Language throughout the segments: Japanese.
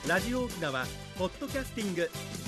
ラジオ沖縄ポッドキャスティング。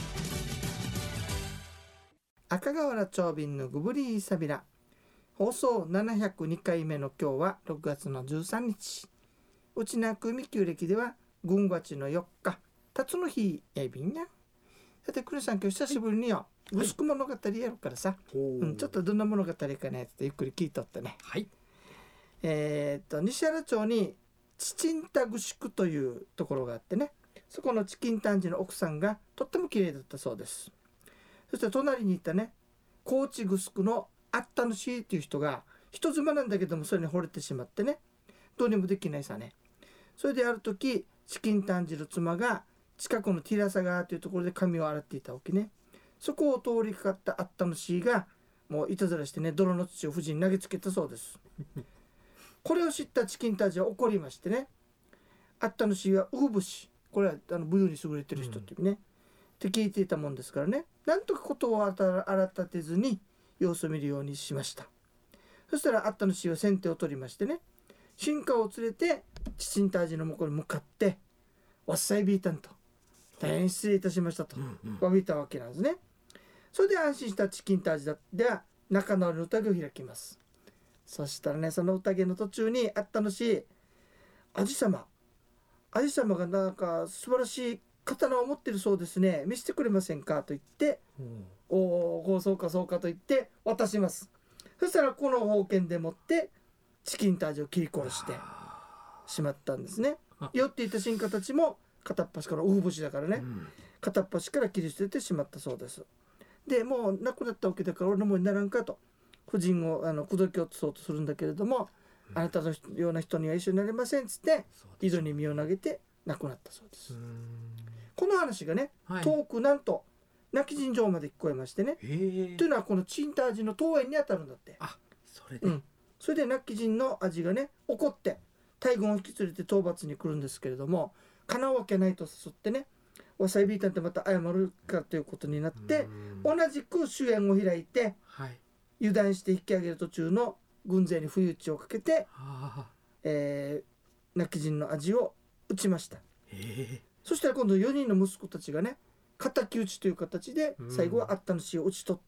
赤瓦長瓶のグブリーサビラ放送702回目の今日は6月の13日。うちなくみ旧暦では軍月の4日辰の日やびんや。さてクリさん、今日久しぶりによ、グスク物語やるからさ、ちょっとどんな物語かねってゆっくり聞いとってね。 はい。 西原町にチチンタグシクというところがあってね、そこのチキンタンジの奥さんがとっても綺麗だったそうです。そして隣にいたね、高知グスクのあったのしっていう人が人妻なんだけども、それに惚れてしまってね、どうにもできないさね。それである時、チキンタンジの妻が近くのティラサ川というところで髪を洗っていたわけね。そこを通りかかったあったのしがもういたずらしてね、泥の土を夫人に投げつけたそうです。これを知ったチキンタンジは怒りましてね、あったのしはウブシ、これは武勇に優れてる人っていうね、って聞いていたもんですからね、なんとかことを荒立てずに様子を見るようにしました。そしたらあったのしは先手を取りましてね、進化を連れてチチンタージの向こうに向かってわっさいビータンと大変失礼いたしましたと詫びたわけなんですね。それで安心したチキンタージでは仲直りの宴を開きます。そしたらね、その宴の途中にあったのし、アジ様がなんか素晴らしい刀を持ってるそうですね、見せてくれませんかと言って、おおそうかと言って渡します。そしたらこの宝剣でもってチキンタージを切り殺してしまったんですね。酔っていた臣下たちも片っ端から大節だからね、片っ端から切り捨ててしまったそうです。でもう亡くなったわけだから俺のものにならんかと夫人を口説き落とそうとするんだけれども、あなたのような人には一緒になれませんっつって井戸に身を投げて亡くなったそうです。この話がね、遠くなんと泣き尋常まで聞こえましてね、というのはこのチンタージの桃園にあたるんだって。それで泣き尋の味がね怒って大軍を引き連れて討伐に来るんですけれども、叶うわけないと誘ってね、わさいビータンってまた謝るかということになって、同じく主演を開いて、油断して引き上げる途中の軍勢に不意打ちをかけて、泣き尋の味を打ちました。そしたら今度4人の息子たちがね、敵討ちという形で最後はあったの死を討ち取って、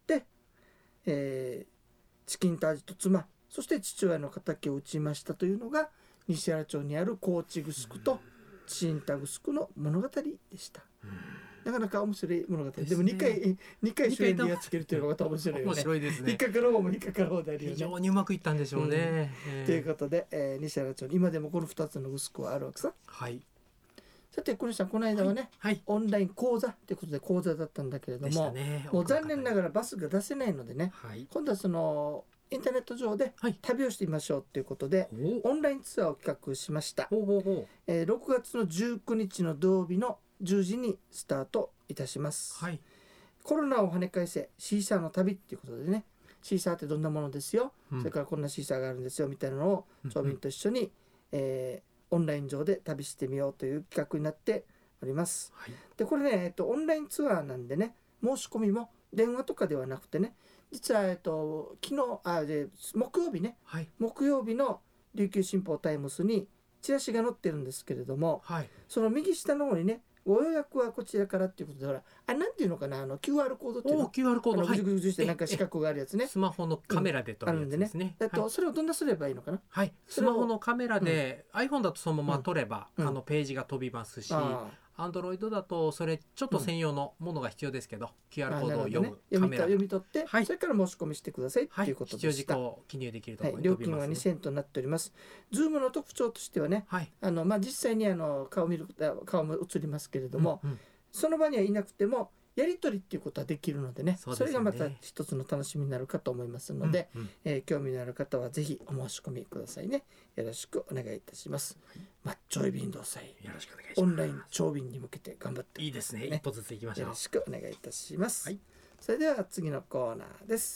チキンタージと妻、そして父親の敵を討ちましたというのが西原町にある高知グスクとチンタグスクの物語でした。なかなか面白い物語でも2回主演でやっつけるというのがまた面白いよね。 面白いですね。 引っかかる方も引っかかる方であるよね。 非常にうまくいったんでしょうね。 ということで、西原町に今でもこの2つのグスクはあるわけさ。さて小西さん、この間はね、オンライン講座ということで講座だったんだけれども、もう残念ながらバスが出せないのでね、今度はそのインターネット上で旅をしてみましょうということで、オンラインツアーを企画しました。6月の19日の土曜日の10時にスタートいたします。コロナを跳ね返せシーサーの旅っていうことでね、シーサーってどんなものですよ、それからこんなシーサーがあるんですよみたいなのを町民と一緒に、オンライン上で旅してみようという企画になっております。でこれね、オンラインツアーなんでね、申し込みも電話とかではなくてね、実は昨日木曜日ね、木曜日の琉球新報タイムスにチラシが載ってるんですけれども、その右下の方にね、ご予約はこちらからっていうことで、ほら、なんていうのかな、QR コードっていうの、 QR コード、 ぐじゅぐじゅしてなんか四角があるやつね、 スマホのカメラで撮るやつですね。 それをどんなすればいいのかな。 スマホのカメラで、iPhone だとそのまま撮れば、ページが飛びますし、Android だとそれちょっと専用のものが必要ですけど、QR コードを読むカメラ、 読み取って、それから申し込みしてくださいということでした。 必要事項を記入できるところに料金は2000円となっております。Zoom の特徴としてはね、実際に顔も映りますけれども、その場にはいなくてもやり取りっていうことはできるのでね、それがまた一つの楽しみになるかと思いますので、興味のある方はぜひお申し込みくださいね。よろしくお願いいたします。マッチョイ便同祭、 よろしくお願いします。 オンライン長便に向けて頑張って、 いいですね。一歩ずついきましょう。 よろしくお願いいたします。それでは次のコーナーです。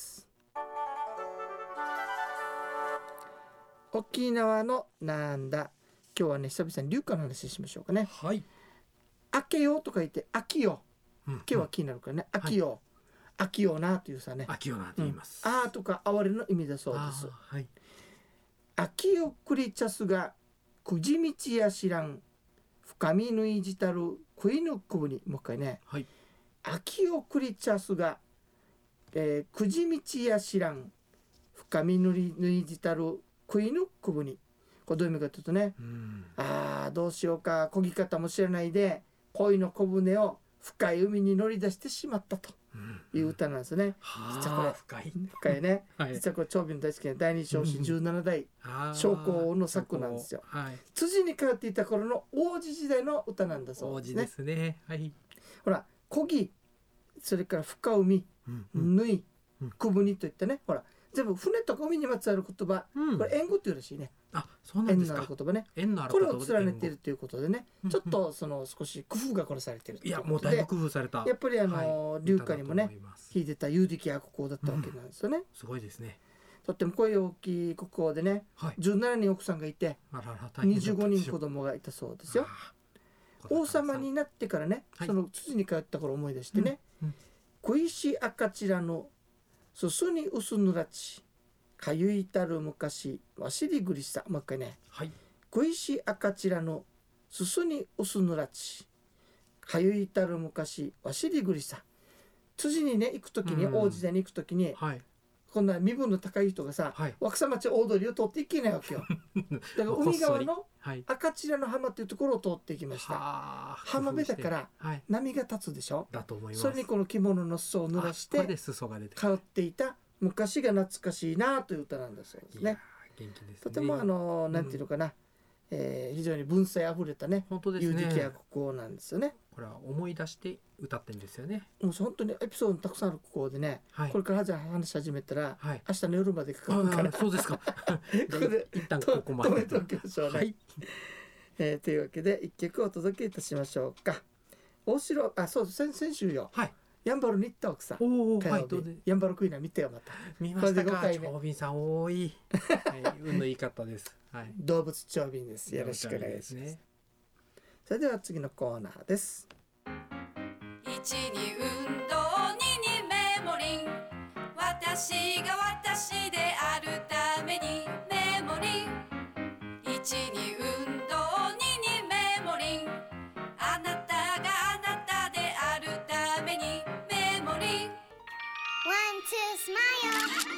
沖縄のなんだ。今日はね、久々に流歌の話しましょうかね。明けようとか言って秋よ、今日は気になるからね、秋よ、秋よなというさね、 秋よなと言います。 あとか哀れの意味だそうです。秋よくりチャスがくじ道や知らん深みぬいじたる食いぬくぶに、もう一回ね、 はい。 秋をくりちゃすが、くじみちや知らん深みぬいじたる食いぬくぶに。これどういう意味かというとね、どうしようか、漕ぎ方も知らないで恋の小舟を深い海に乗り出してしまったという歌なんですね。実はこれ深いね、はい、実はこれ長尾の大好きな第二少子17代将校王の作なんですよ、はい、辻に通っていた頃の王子時代の歌なんだそうですね。 王子ですね、はい、 ほら漕ぎ、それから深海、縫い、くぶにといったね、ほら全部船とか海にまつわる言葉、これ縁語っていうらしいね。 あ、そうなんですか。 縁のある言葉ね。 縁のあるこれを連ねているということでね、ちょっと少し工夫がこれされているということで。 いやもうだいぶ工夫された。 やっぱり流歌にもね弾いてた有力や国王だったわけなんですよね。 すごいですね。 とっても声大きい国王でね、17人奥さんがいて25人子供がいたそうですよ。王様になってからね、その辻に通った頃思い出してね、小石赤ちらのすすにうすぬらちかゆいたる昔わしりぐりさ、もう一回ね、小石赤ちらのすすにうすぬらちかゆいたる昔わしりぐりさ。辻にね行くときに、王子でに行くときに、こんな身分の高い人がさ、若狭町大通りを通っていけないわけよ。だから海側の赤ちらの浜っていうところを通っていきました。浜辺だから波が立つでしょ。 だと思います。 それにこの着物の裾を濡らして香っていた昔が懐かしいなという歌なんだそうですね。 元気ですね。 とてもなんていうのかな、非常に文才あふれたね、有力や国王なんですよね。 これは思い出して歌ってんですよね。 もう本当にエピソードたくさんある国王でね、これから話し始めたら、明日の夜までかかるから、 そうですか。ここで一旦ここまで止めておきましょうね。というわけで一曲お届けいたしましょうか。大城、そう先週よ、やんばるに行った奥さん、やんばるクイナ見てよ。また見ましたか。長尾さん多い。運のいい方です。 動物長尾です。よろしくお願いします。それでは次のコーナーです。 1に運動2にメモリン、私が私であるためにメモリン。1に運動2にメモリン、あなたがあなたであるためにメモリン。 One, two, smile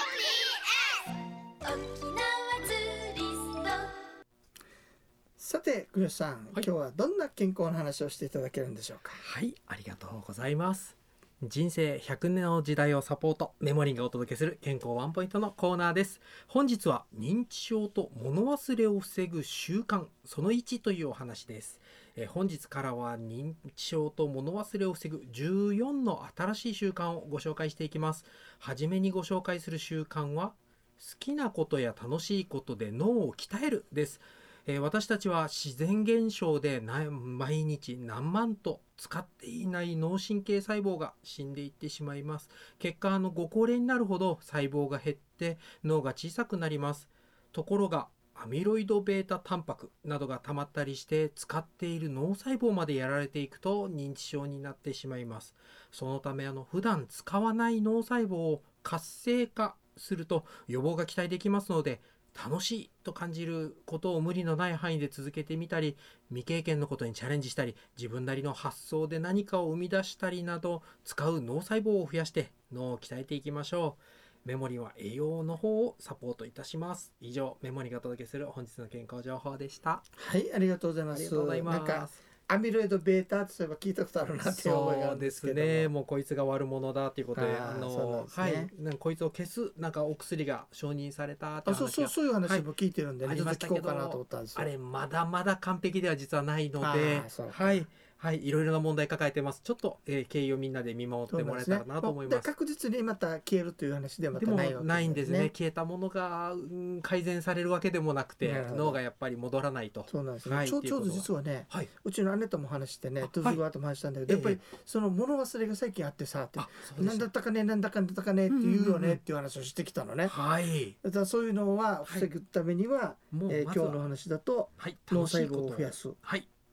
OPS 沖縄ツーリスト。 さて国吉さん、今日はどんな健康の話をしていただけるんでしょうか。 はい、ありがとうございます。人生100年の時代をサポート、メモリーがお届けする健康ワンポイントのコーナーです。本日は認知症と物忘れを防ぐ習慣その1というお話です。本日からは認知症と物忘れを防ぐ14の新しい習慣をご紹介していきます。はじめにご紹介する習慣は、好きなことや楽しいことで脳を鍛えるです。私たちは自然現象で毎日何万と使っていない脳神経細胞が死んでいってしまいます。結果ご高齢になるほど細胞が減って脳が小さくなります。ところがアミロイド β タンパクなどが溜まったりして使っている脳細胞までやられていくと認知症になってしまいます。そのため普段使わない脳細胞を活性化すると予防が期待できますので、楽しいと感じることを無理のない範囲で続けてみたり、未経験のことにチャレンジしたり、自分なりの発想で何かを生み出したりなど、使う脳細胞を増やして脳を鍛えていきましょう。メモリーは栄養の方をサポートいたします。以上、メモリーがお届けする本日の健康情報でした。 はい、ありがとうございます。ありがとうございます。アミロイド β ってそういえば聞いたことあるなっていう思いがあるんですけども。 そうですね。もうこいつが悪者だということで、こいつを消すお薬が承認されたっていう話が、 そういう話も聞いてるんで、ちょっと聞こうかなと思ったんですよ。 あれまだまだ完璧では実はないので、いろいろな問題抱えてます。ちょっと、経緯をみんなで見守ってもらえたらなと思います。 確実にまた消えるという話ではまたないわけですね。でもないんですね。消えたものが、改善されるわけでもなくて、脳がやっぱり戻らないと。 そうなんですね。ちょうど実はね、うちの姉とも話してね、トゥズガーとも話したんだけど、やっぱりその物忘れが最近あってさって、なんだったかねって言うよねっていう話をしてきたのね。だからそういうのは防ぐためには、今日の話だと脳細胞を増やす。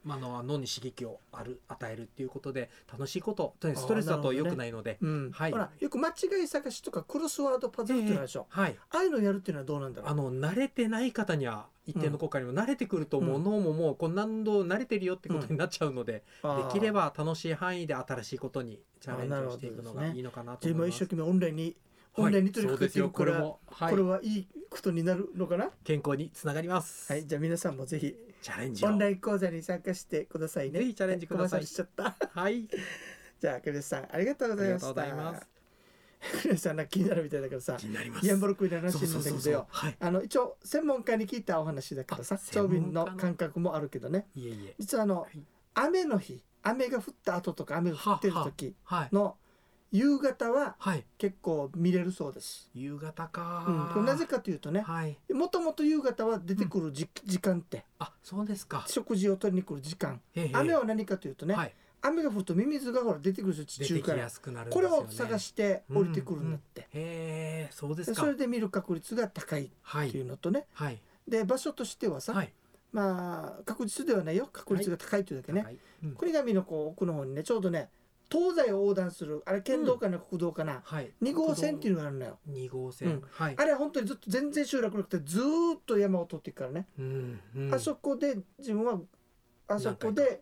脳に刺激を与えるっていうことで楽しいこと、ストレスだと良くないので、はい、 ほらよく間違い探しとかクロスワードパズルっていうのあるでしょ、 はい、 ああいうのをやるっていうのはどうなんだろう。 慣れてない方には一定の効果にも、慣れてくるともう脳ももうこう何度慣れてるよってことになっちゃうので、できれば楽しい範囲で新しいことにチャレンジをしていくのがいいのかなと思います。 自分は一生懸命オンラインに取り掛けてるから、これはいいことになるのかな。 健康につながります。 はい、じゃあ皆さんもぜひチャレンジを、 オンライン講座に参加してくださいね。 ぜひチャレンジください。 しちゃったはい。 じゃあクリスさんありがとうございました。ありがとうございます。クリスさん気になるみたいだからさ、 気になります。 ヤンバルクイナの話なんだけどよ、一応専門家に聞いたお話だからさ、長瓶の感覚もあるけどね。 いえいえ、 実は雨の日、雨が降った後とか雨が降ってる時の夕方は結構見れるそうです。 夕方か、 これなぜかというとね、もともと夕方は出てくる時間って、 そうですか、 食事を取りに来る時間。雨は何かというとね、雨が降るとミミズがほら出てくるんですよ、地中から。これを探して降りてくるんだって。 へえ、そうですか。 それで見る確率が高いっていうのとね、で場所としてはさ、まあ確実ではないよ、確率が高いというだけね。国頭のこう奥の方にね、ちょうどね東西を横断するあれ県道かな、国道かな、2号線っていうのがあるのよ。 2号線、 あれは本当にずっと全然集落なくてずーっと山を通っていくからね、あそこで自分はあそこで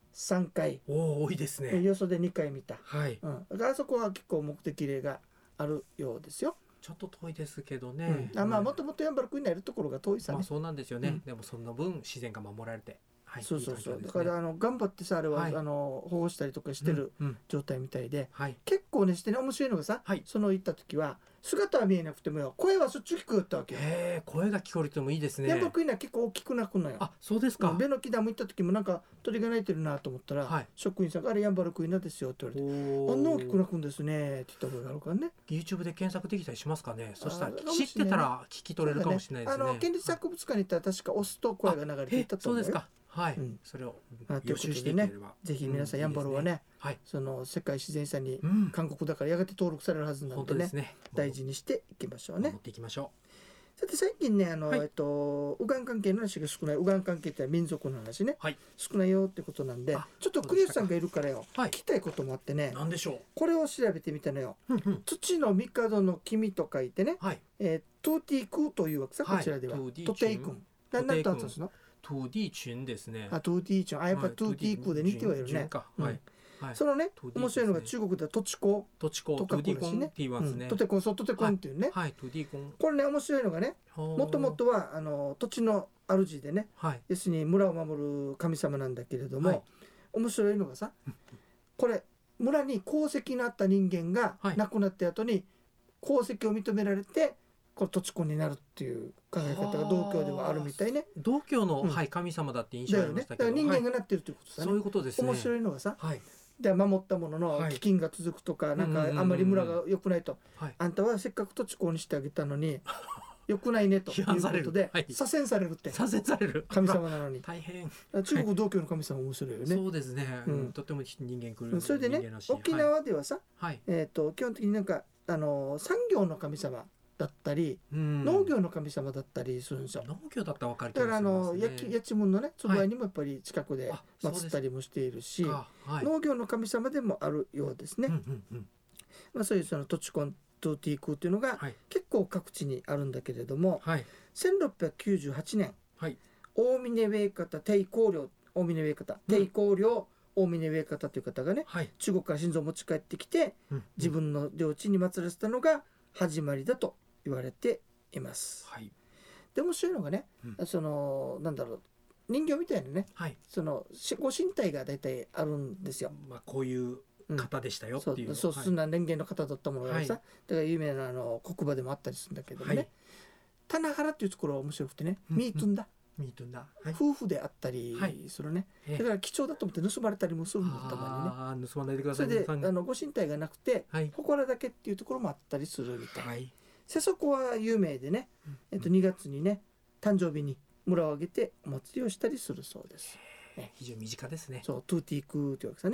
3回、 多いですね。 よそで2回見た。あそこは結構目的例があるようですよ。 ちょっと遠いですけどね。 まあもともとヤンバルクイナいるところが遠いさね。 そうなんですよね。でもその分自然が守られて、 そうそうそう。だから頑張ってさ、あれは保護したりとかしてる状態みたいで、結構ねしてね面白いのがさ、その行った時は姿は見えなくてもよ、声はしょっちゅう聞こえたわけよ。 声が聞こえるともいいですね。 ヤンバルクイナは結構大きく鳴くのよ。 そうですか。 ベノキダム行った時もなんか鳥が鳴いてるなと思ったら、職員さんがあれヤンバルクイナですよって言われて、あんな大きく鳴くんですねって言ったことがあるからね。 YouTube で検索できたりしますかね。そしたら知ってたら聞き取れるかもしれないですね。 県立博物館に行ったら確か押すと声が流れていったと思うよ。 そうですか。それを予習していければ、 ぜひ皆さんヤンバルはね、その世界自然遺産に韓国だからやがて登録されるはずなんでね、大事にしていきましょうね。 持っていきましょう。さて最近ね、右岸関係の話が少ない。右岸関係って民族の話ね、少ないよってことなんで、ちょっとクリスさんがいるからよ、聞きたいこともあってね。 何でしょう。 これを調べてみたのよ。土の帝の君と書いてね、トゥーティークというわけさ、こちらでは。トテイ君。何とあったんですの？ トゥーディーチュンですね。 トゥーディーチュン。やっぱトゥーティークで似てはいるね。そのね、面白いのが中国では土地公とかこれしね。トテコン、そうトテコンっていうね。これね面白いのがね、もともとは土地の主でね、要するに村を守る神様なんだけれども、面白いのがさ、これ村に功績のあった人間が亡くなった後に功績を認められてこの土地公になるっていう考え方が道教ではあるみたいね。 道教の神様だって印象ありましたけど、 だから人間がなってるということさね。 そういうことですね。 面白いのがさ、で守ったものの飢饉が続くとか、なんかあんまり村が良くないと、あんたはせっかく土地公にしてあげたのに良くないねということで左遷されるって。 左遷される神様なのに大変。 中国道教の神様面白いよね。 そうですね。とても人間来る。 それでね、沖縄ではさ、基本的になんか産業の神様だったり、農業の神様だったりするんですよ。 農業だったら分かる。 だからやちむんのねつぶあいにもやっぱり近くで祀ったりもしているし、農業の神様でもあるようですね。そういうその土地公トゥーティークっていうのが結構各地にあるんだけれども、1698年大峰上方帝光陵、大峰上方帝光陵大峰上方という方がね、中国から心臓を持ち帰ってきて、自分の領地に祀らせたのが始まりだと言われています。で面白いのがね、そのなんだろう、人形みたいなね、そのご神体が大体あるんですよ。 こういう方でしたよっていう、 そうそんな蓮華の方だったものがさ、だから有名な国馬でもあったりするんだけどもね、棚原っていうところは面白くてね、ミートンだ夫婦であったりするね。だから貴重だと思って盗まれたりもするのたまにね。 盗まないでください。 それでご神体がなくて祠だけっていうところもあったりするみたい。瀬底は有名でね、2月にね誕生日に村を挙げてお祭りをしたりするそうです。 非常に身近ですね。 そうトゥーティークというわけですね。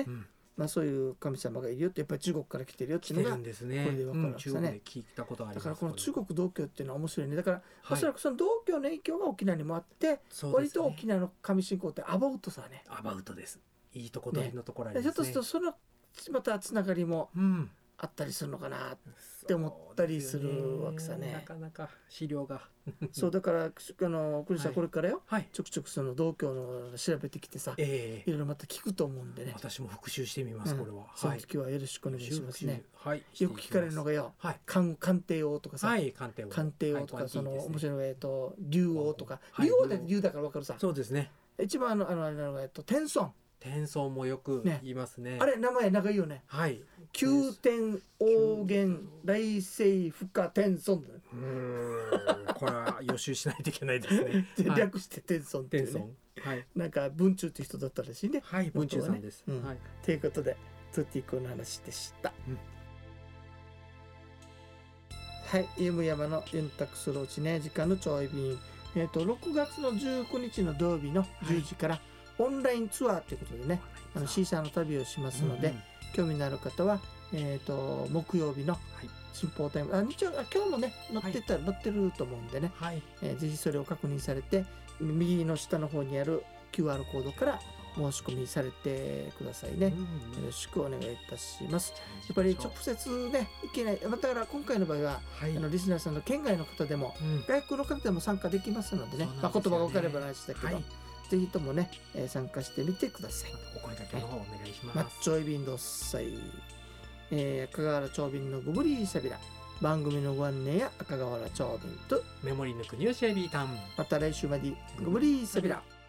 まあ、そういう神様がいるよってやっぱり中国から来てるよっていうのが来てるんですね。 これで分かるわけですね中国で聞いたことあります。 だからこの中国道教っていうのは面白いね。だから、 はいおそらくその道教の影響が沖縄にもあって、割そうですねと沖縄の神信仰ってアバウトさね。 アバウトです。いいとこ取りのところありでますね。 ひょっとするとそのまたつながりもうん。 あったりするのかなって思ったりするわけさねなかなか資料が。 そうだからクリスさんこれからよ、 はい。 ちょくちょくその道教の調べてきてさ、 えいろいろまた聞くと思うんでね、 私も復習してみます、 うんこれは。 そのはい。 時はよろしくお願いしますね。 はい。 よく聞かれるのがよ、 はい。 鑑定王とかさ、 はい。鑑定を。 鑑定王とか、 はいその面い。 白い竜王とか、 はい竜王だって竜だから分かるさ、 そうですね。 一番あれなのが天孫、 天孫もよくね言いますね。 あれ名前長いよね。 はい。 九天王元来世不可天孫だねこれは予習しないといけないですね。 ではい略して天孫ってい天うね、 孫。はい。 なんか文中って人だったらしいね。 はい。文中さんです。 うんはい。 ということでツーティークの話でした、 うんはい、ゆむ山のユンタクスローチね、時間のちょい便、6月の19日の土曜日の10時からオンラインツアーということでね、シーサーの旅をしますので、 うんうん興味のある方は、木曜日のはい。 進歩タイム、日曜、今日もね載ってると思うんでね、 はい。 ぜひそれを確認されて、右の下の方にある QR コードから申し込みされてくださいね、よろしくお願いいたします。やっぱり直接ね行けない、だから今回の場合は、 はい。 リスナーさんの県外の方でもうん外国の方でも参加できますのでね、 そうなんですよねまあ、言葉が分かればの話だけど、 はい。 ぜひともね、参加してみてください。 お声掛けの方お願いしマます。 ッチョイビンドッサイ、赤瓦長瓶のグブリーサビラ、番組のご案内や赤瓦長瓶と、 メモリーの国吉エビータン。 また来週までグブリーサビラ。